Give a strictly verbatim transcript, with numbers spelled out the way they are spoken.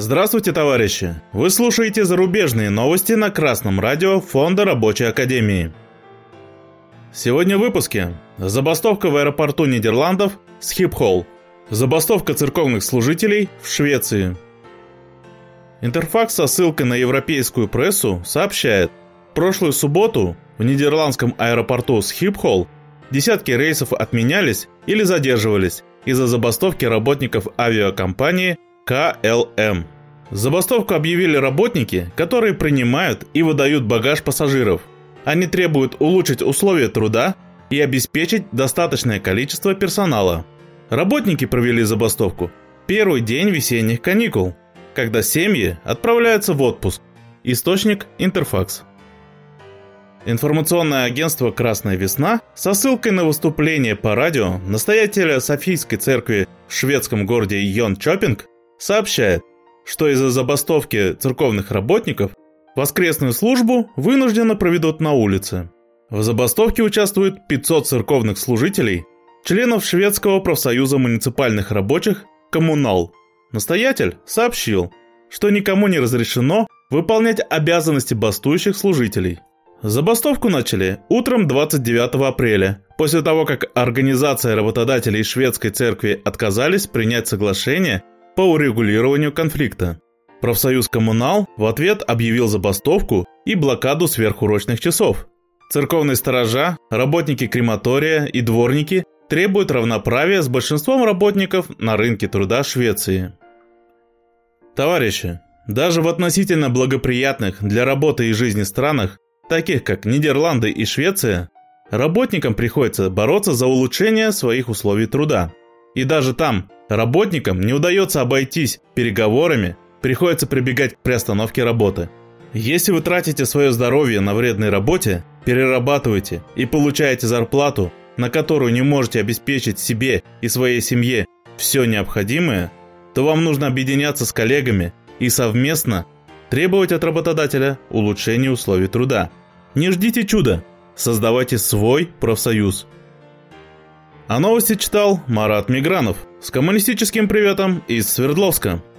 Здравствуйте, товарищи! Вы слушаете зарубежные новости на Красном радио Фонда Рабочей Академии. Сегодня в выпуске. Забастовка в аэропорту Нидерландов Схипхол. Забастовка церковных служителей в Швеции. Интерфакс со ссылкой на европейскую прессу сообщает, в прошлую субботу в нидерландском аэропорту Схипхол десятки рейсов отменялись или задерживались из-за забастовки работников авиакомпании ка эл эм. Забастовку объявили работники, которые принимают и выдают багаж пассажиров. Они требуют улучшить условия труда и обеспечить достаточное количество персонала. Работники провели забастовку первый день весенних каникул, когда семьи отправляются в отпуск. Источник Интерфакс. Информационное агентство «Красная весна» со ссылкой на выступление по радио настоятеля Софийской церкви в шведском городе Йончопинг сообщает, что из-за забастовки церковных работников воскресную службу вынужденно проведут на улице. В забастовке участвуют пятьсот церковных служителей, членов шведского профсоюза муниципальных рабочих «Коммунал». Настоятель сообщил, что никому не разрешено выполнять обязанности бастующих служителей. Забастовку начали утром двадцать девятого апреля, после того, как организация работодателей шведской церкви отказались принять соглашение по урегулированию конфликта. Профсоюз «Коммунал» в ответ объявил забастовку и блокаду сверхурочных часов. Церковные сторожа, работники крематория и дворники требуют равноправия с большинством работников на рынке труда Швеции. Товарищи, даже в относительно благоприятных для работы и жизни странах, таких как Нидерланды и Швеция, работникам приходится бороться за улучшение своих условий труда. И даже там работникам не удается обойтись переговорами, приходится прибегать к приостановке работы. Если вы тратите свое здоровье на вредной работе, перерабатываете и получаете зарплату, на которую не можете обеспечить себе и своей семье все необходимое, то вам нужно объединяться с коллегами и совместно требовать от работодателя улучшения условий труда. Не ждите чуда, создавайте свой профсоюз. А новости читал Марат Мигранов с коммунистическим приветом из Свердловска.